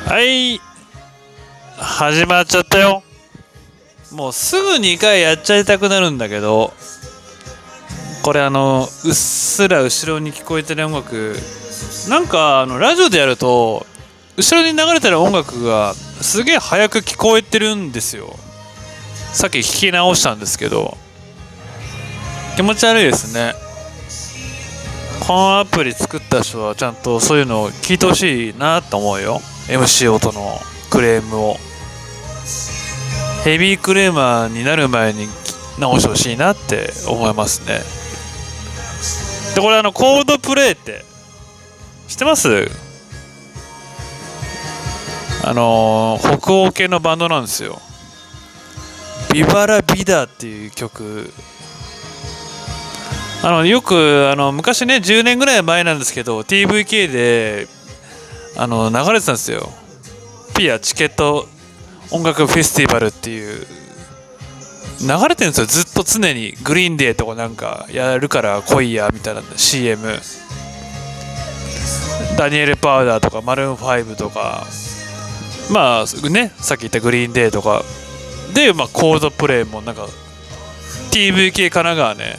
はい、始まっちゃったよ。もうすぐ2回やっちゃいたくなるんだけど、これうっすら後ろに聞こえてる音楽、なんかラジオでやると後ろに流れてる音楽がすげえ早く聞こえてるんですよ。さっき聞き直したんですけど、気持ち悪いですね。このアプリ作った人はちゃんとそういうのを聞いてほしいなと思うよ。 MC 音のクレームをヘビークレーマーになる前に直してほしいなって思いますね。でこれコードプレイって知ってます？北欧系のバンドなんですよ。ビバラビダっていう曲、よく昔ね、10年ぐらい前なんですけど TVK で流れてたんですよ。ピアチケット音楽フェスティバルっていう流れてるんですよ。ずっと常にグリーンデーとかなんかやるから来いやみたいな CM、 ダニエル・パウダーとかマルーン5とか、まあね、さっき言ったグリーンデーとかで、まあコールドプレイもなんか TVK 神奈川ね、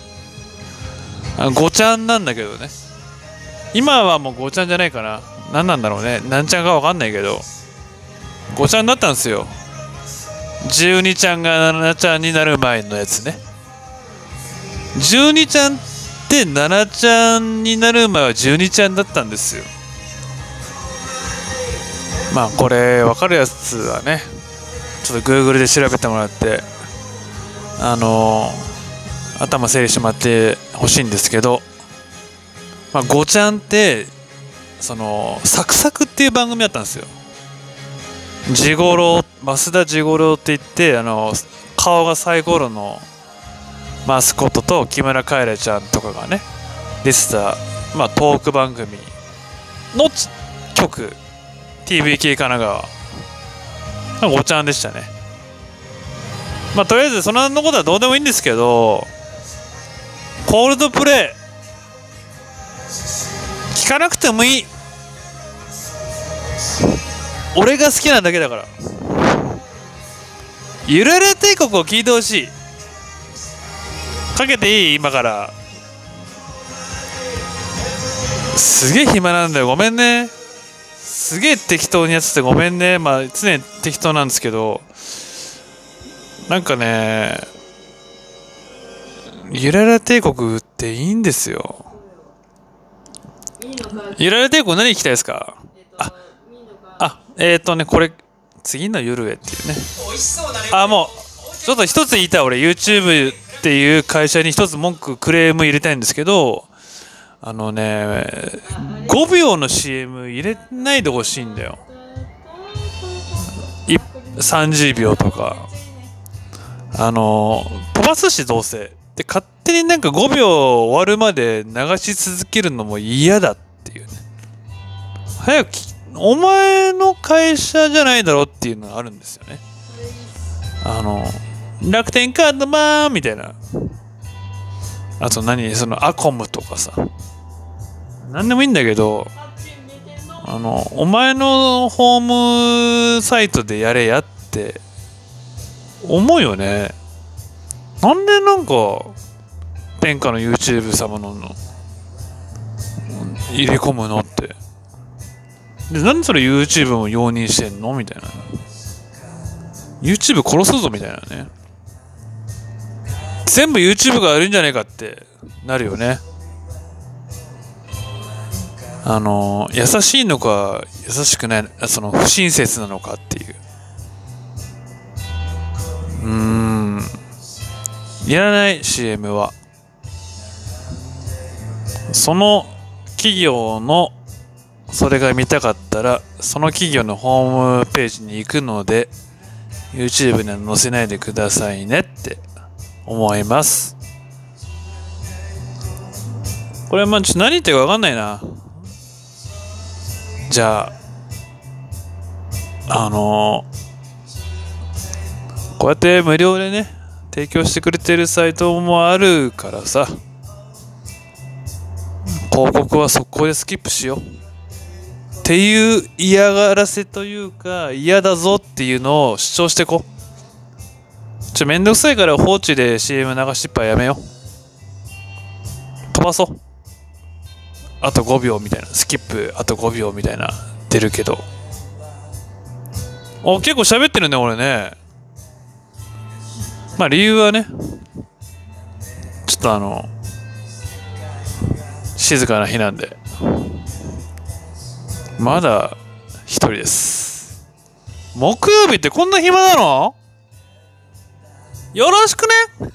ごちゃんなんだけどね。今はもうごちゃんじゃないかな、何なんだろうね、なんちゃんか分かんないけどごちゃんだったんですよ。12ちゃんが7ちゃんになる前のやつね。12ちゃんって7ちゃんになる前は12ちゃんだったんですよ。まあこれ分かるやつはね、ちょっと Google で調べてもらって頭整理してもらってほしいんですけど、まあ、ごちゃんってサクサクっていう番組だったんですよ。ジゴロ、増田ジゴロって言って顔がサイコロのマスコットと木村カエラちゃんとかがね出てた、まあ、トーク番組の曲 TVK 神奈川ごちゃんでしたね。まあとりあえずそのことはどうでもいいんですけど、コールドプレイ聞かなくてもいい。俺が好きなだけだから。ゆられ帝国を聞いてほしい。かけていい？今から。すげえ暇なんだよ、ごめんね。すげえ適当にやっててごめんね。まあ常に適当なんですけど、なんかね、ゆられ帝国っていいんですよ。ゆられ帝国何聞きたいですか？これ次の夜へっていうね。もうちょっと一つ言いたい。俺 YouTube っていう会社に一つ文句クレーム入れたいんですけど、5秒の CM 入れないでほしいんだよ。30秒とか飛ばすし、どうせで勝手になんか5秒終わるまで流し続けるのも嫌だっていうね。早くお前の会社じゃないだろっていうのがあるんですよね。楽天カードマンみたいな、あとアコムとかさ、なんでもいいんだけど、お前のホームサイトでやれやって思うよね。なんでなんか天下の YouTube 様の入れ込むのって。でなんでそれ YouTube も容認してんのみたいな。 YouTube 殺すぞみたいなね。全部 YouTube が悪いんじゃないかってなるよね。優しいのか優しくない、不親切なのかっていう。いらない CM は。その企業のそれが見たかったらその企業のホームページに行くので YouTube には載せないでくださいねって思います。これはまあちょっと何言ってるか分かんないな。じゃあこうやって無料でね提供してくれてるサイトもあるからさ、広告は速攻でスキップしよう。 っていう嫌がらせというか、嫌だぞっていうのを主張してこ。めんどくさいから放置で CM 流しっぱやめよ。飛ばそう。あと5秒みたいな、スキップあと5秒みたいな出るけど、結構喋ってるね俺ね。まあ理由はね、ちょっと静かな日なんで、まだ一人です。木曜日ってこんな暇なの？よろしくね。